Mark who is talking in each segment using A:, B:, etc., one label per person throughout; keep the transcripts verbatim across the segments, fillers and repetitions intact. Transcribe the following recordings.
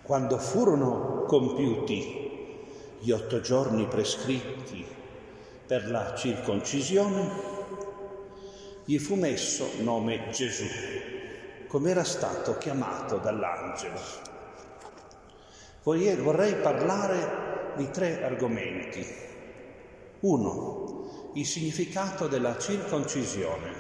A: Quando furono compiuti gli otto giorni prescritti per la circoncisione, gli fu messo nome Gesù, come era stato chiamato dall'angelo. Vorrei parlare di tre argomenti. Uno, il significato della circoncisione.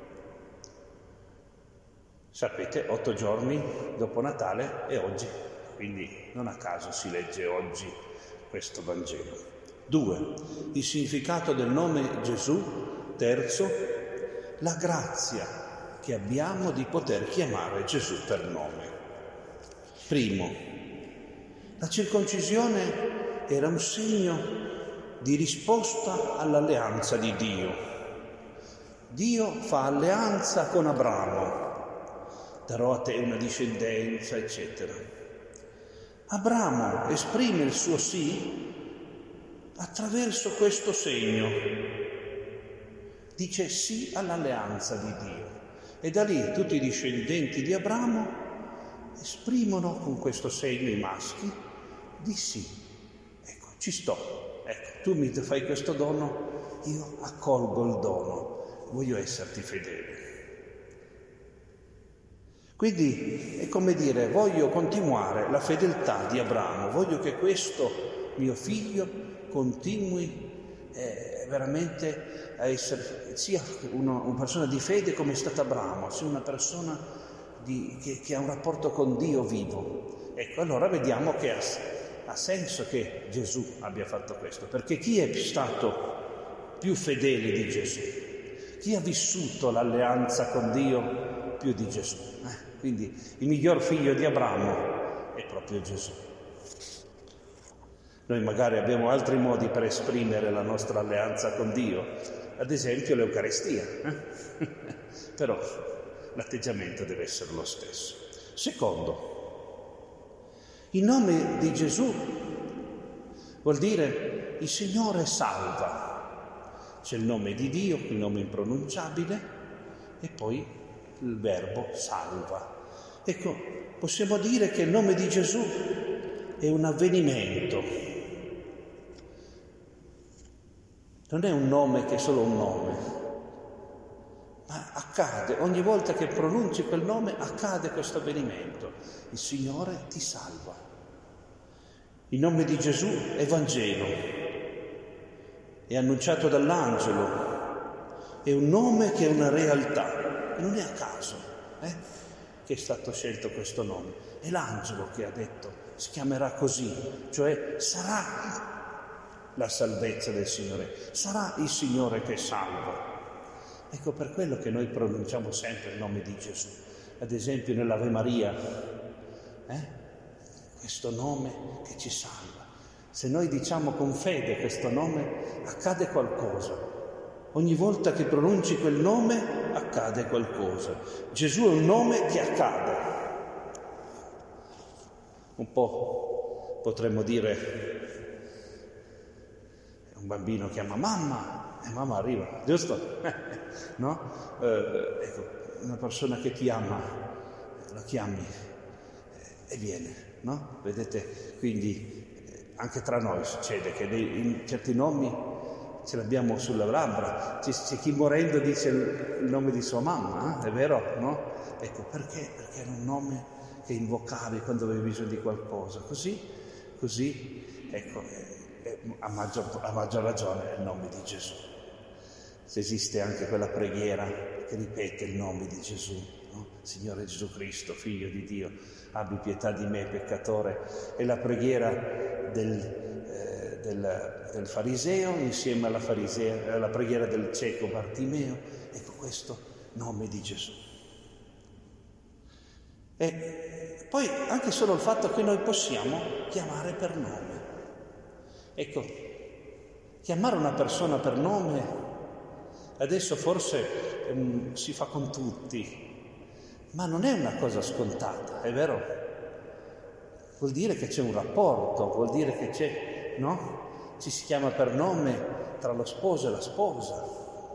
A: Sapete, otto giorni dopo Natale è oggi, quindi non a caso si legge oggi questo Vangelo. Due, il significato del nome Gesù. Terzo, la grazia che abbiamo di poter chiamare Gesù per nome. Primo, la circoncisione era un segno di risposta all'alleanza di Dio. Dio fa alleanza con Abramo. Darò a te una discendenza, eccetera. Abramo esprime il suo sì attraverso questo segno. Dice sì all'alleanza di Dio. E da lì tutti i discendenti di Abramo esprimono con questo segno, i maschi, di sì. Ecco, ci sto. Ecco, tu mi fai questo dono, io accolgo il dono, voglio esserti fedele. Quindi è come dire, voglio continuare la fedeltà di Abramo, voglio che questo mio figlio continui eh, veramente a essere sia uno, una persona di fede come è stato Abramo, sia una persona di, che, che ha un rapporto con Dio vivo. Ecco, allora vediamo che ha, ha senso che Gesù abbia fatto questo, perché chi è stato più fedele di Gesù? Chi ha vissuto l'alleanza con Dio più di Gesù? Eh? Quindi il miglior figlio di Abramo è proprio Gesù. Noi magari abbiamo altri modi per esprimere la nostra alleanza con Dio, ad esempio l'Eucaristia, eh? Però l'atteggiamento deve essere lo stesso. Secondo, il nome di Gesù vuol dire il Signore salva. C'è il nome di Dio, il nome impronunciabile, e poi il verbo salva. Ecco, possiamo dire che il nome di Gesù è un avvenimento. Non è un nome che è solo un nome, ma accade, ogni volta che pronunci quel nome accade questo avvenimento. Il Signore ti salva. Il nome di Gesù è Vangelo, è annunciato dall'angelo, è un nome che è una realtà, e non è a caso eh, che è stato scelto questo nome. È l'angelo che ha detto, si chiamerà così, cioè sarà la salvezza del Signore, sarà il Signore che salva. Ecco, per quello che noi pronunciamo sempre il nome di Gesù. Ad esempio nell'Ave Maria, eh? questo nome che ci salva. Se noi diciamo con fede questo nome, accade qualcosa. Ogni volta che pronunci quel nome, accade qualcosa. Gesù è un nome che accade. Un po' potremmo dire, un bambino chiama mamma e mamma arriva, giusto? No? Eh, ecco, una persona che ti ama, la chiami e viene, no? Vedete, quindi anche tra noi succede che in certi nomi ce l'abbiamo sulle labbra, c'è, c'è chi morendo dice il, il nome di sua mamma, eh? È vero, no? Ecco, perché? Perché era un nome che invocavi quando avevi bisogno di qualcosa, così, così, ecco, eh, a, maggior, a maggior ragione è il nome di Gesù. Se esiste anche quella preghiera che ripete il nome di Gesù, no? Signore Gesù Cristo, Figlio di Dio, abbi pietà di me, peccatore, è la preghiera del, eh, del, del fariseo insieme alla, farisea, alla preghiera del cieco Bartimeo. Ecco questo nome di Gesù. E poi anche solo il fatto che noi possiamo chiamare per nome. Ecco, chiamare una persona per nome adesso forse um, si fa con tutti, ma non è una cosa scontata, è vero? Vuol dire che c'è un rapporto, vuol dire che c'è, no? Ci si chiama per nome tra lo sposo e la sposa.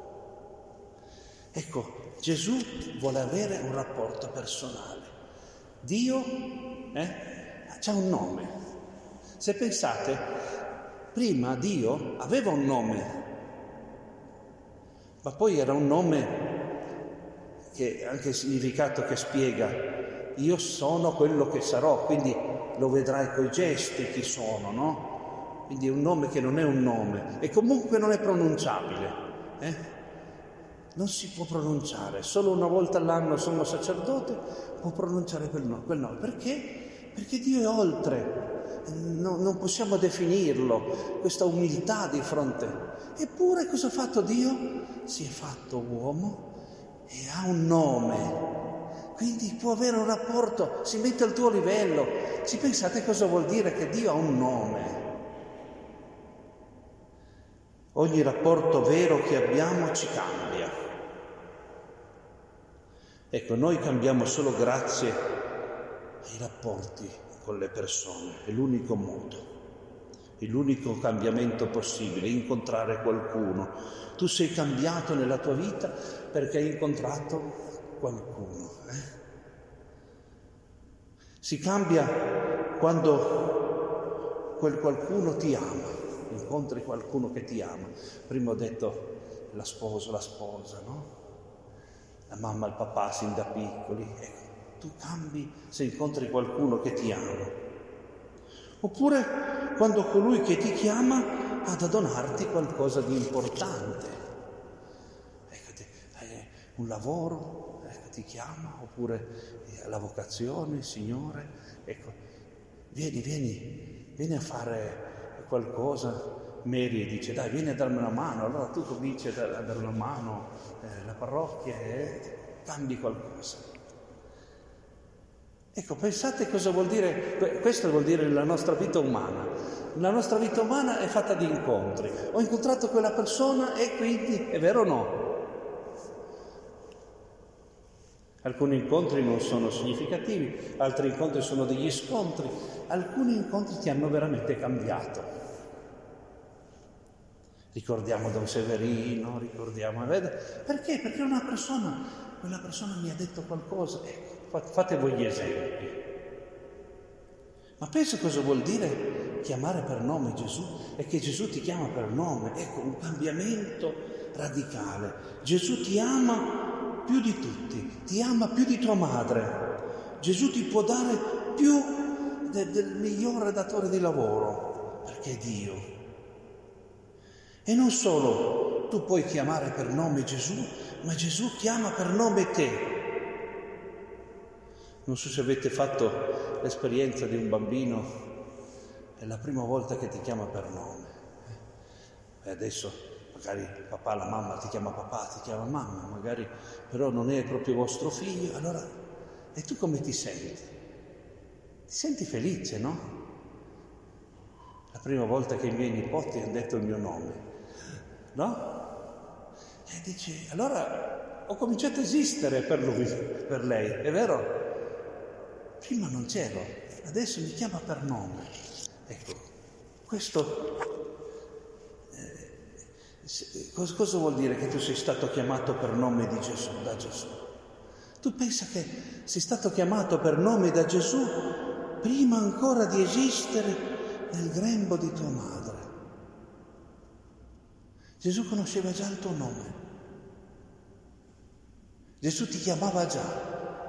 A: Ecco, Gesù vuole avere un rapporto personale. Dio eh, c'ha un nome. Se pensate, prima Dio aveva un nome, ma poi era un nome che anche il significato che spiega: io sono quello che sarò, quindi lo vedrai coi gesti chi sono, no? Quindi è un nome che non è un nome e comunque non è pronunciabile, eh? Non si può pronunciare, solo una volta all'anno il sommo sacerdote può pronunciare quel nome. Quel nome. Perché? Perché Dio è oltre, no, non possiamo definirlo, questa umiltà di fronte. Eppure cosa ha fatto Dio? Si è fatto uomo e ha un nome, quindi può avere un rapporto, si mette al tuo livello. Ci pensate cosa vuol dire che Dio ha un nome? Ogni rapporto vero che abbiamo ci cambia. Ecco, noi cambiamo solo grazie ai rapporti con le persone, è l'unico modo. È l'unico cambiamento possibile, incontrare qualcuno. Tu sei cambiato nella tua vita perché hai incontrato qualcuno. Eh? Si cambia quando quel qualcuno ti ama, incontri qualcuno che ti ama. Prima ho detto la sposa, la sposa, no? La mamma, il papà sin da piccoli. Ecco, tu cambi se incontri qualcuno che ti ama. Oppure quando colui che ti chiama ha da donarti qualcosa di importante. Ecco, hai un lavoro, ecco, ti chiama, oppure la vocazione, il Signore. Ecco, vieni, vieni, vieni a fare qualcosa. Mary dice: dai, vieni a darmi una mano. Allora tu cominci a dare una mano, eh, la parrocchia, e eh, cambi qualcosa. Ecco, pensate cosa vuol dire, questo vuol dire la nostra vita umana. La nostra vita umana è fatta di incontri. Ho incontrato quella persona e quindi, è vero o no? Alcuni incontri non sono significativi, altri incontri sono degli scontri, alcuni incontri ti hanno veramente cambiato. Ricordiamo Don Severino, ricordiamo, perché? Perché una persona, quella persona mi ha detto qualcosa, ecco. Fate voi gli esempi. Ma penso cosa vuol dire chiamare per nome Gesù? È che Gesù ti chiama per nome. Ecco, un cambiamento radicale. Gesù ti ama più di tutti, ti ama più di tua madre. Gesù ti può dare più de- del migliore datore di lavoro, perché è Dio. E non solo tu puoi chiamare per nome Gesù, ma Gesù chiama per nome te. Non so se avete fatto l'esperienza di un bambino, è la prima volta che ti chiama per nome. E adesso magari papà, la mamma ti chiama papà, ti chiama mamma, magari però non è proprio vostro figlio, allora e tu come ti senti? Ti senti felice, no? La prima volta che i miei nipoti hanno detto il mio nome, no? E dici, allora ho cominciato a esistere per lui, per lei, è vero? Prima non c'ero, adesso mi chiama per nome. Ecco, questo eh, cosa, cosa vuol dire che tu sei stato chiamato per nome di Gesù, da Gesù? Tu pensa che sei stato chiamato per nome da Gesù prima ancora di esistere nel grembo di tua madre. Gesù conosceva già il tuo nome. Gesù ti chiamava già.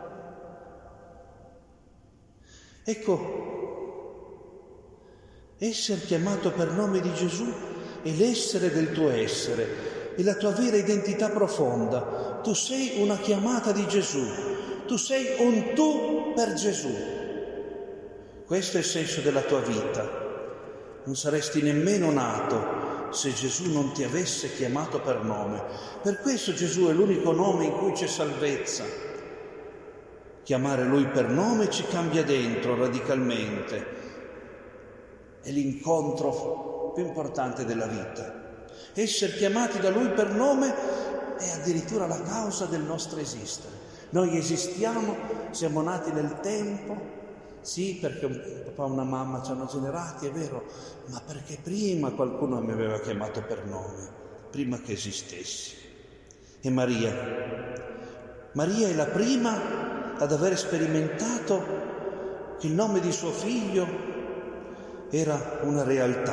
A: Ecco, essere chiamato per nome di Gesù è l'essere del tuo essere, è la tua vera identità profonda. Tu sei una chiamata di Gesù, tu sei un tu per Gesù. Questo è il senso della tua vita. Non saresti nemmeno nato se Gesù non ti avesse chiamato per nome. Per questo Gesù è l'unico nome in cui c'è salvezza. Chiamare Lui per nome ci cambia dentro radicalmente. È l'incontro più importante della vita. Essere chiamati da Lui per nome è addirittura la causa del nostro esistere. Noi esistiamo, siamo nati nel tempo, sì, perché un papà e una mamma ci hanno generati, è vero, ma perché prima qualcuno mi aveva chiamato per nome, prima che esistessi. E Maria, Maria è la prima ad aver sperimentato che il nome di suo figlio era una realtà.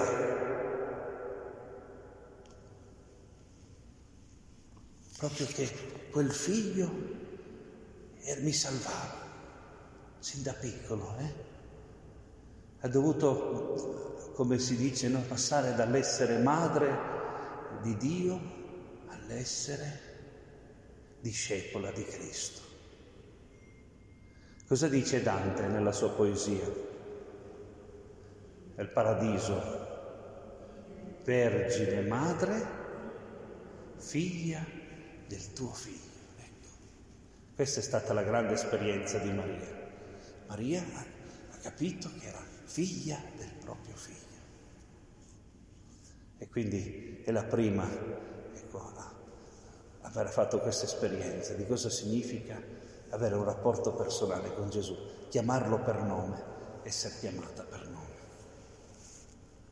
A: Proprio che quel figlio mi salvava, sin da piccolo, eh? Ha dovuto, come si dice, no? passare dall'essere madre di Dio all'essere discepola di Cristo. Cosa dice Dante nella sua poesia? Nel Paradiso: Vergine madre, figlia del tuo figlio. Ecco. Questa è stata la grande esperienza di Maria. Maria ha capito che era figlia del proprio figlio. E quindi è la prima, ecco, a aver fatto questa esperienza di cosa significa avere un rapporto personale con Gesù, chiamarlo per nome, essere chiamata per nome.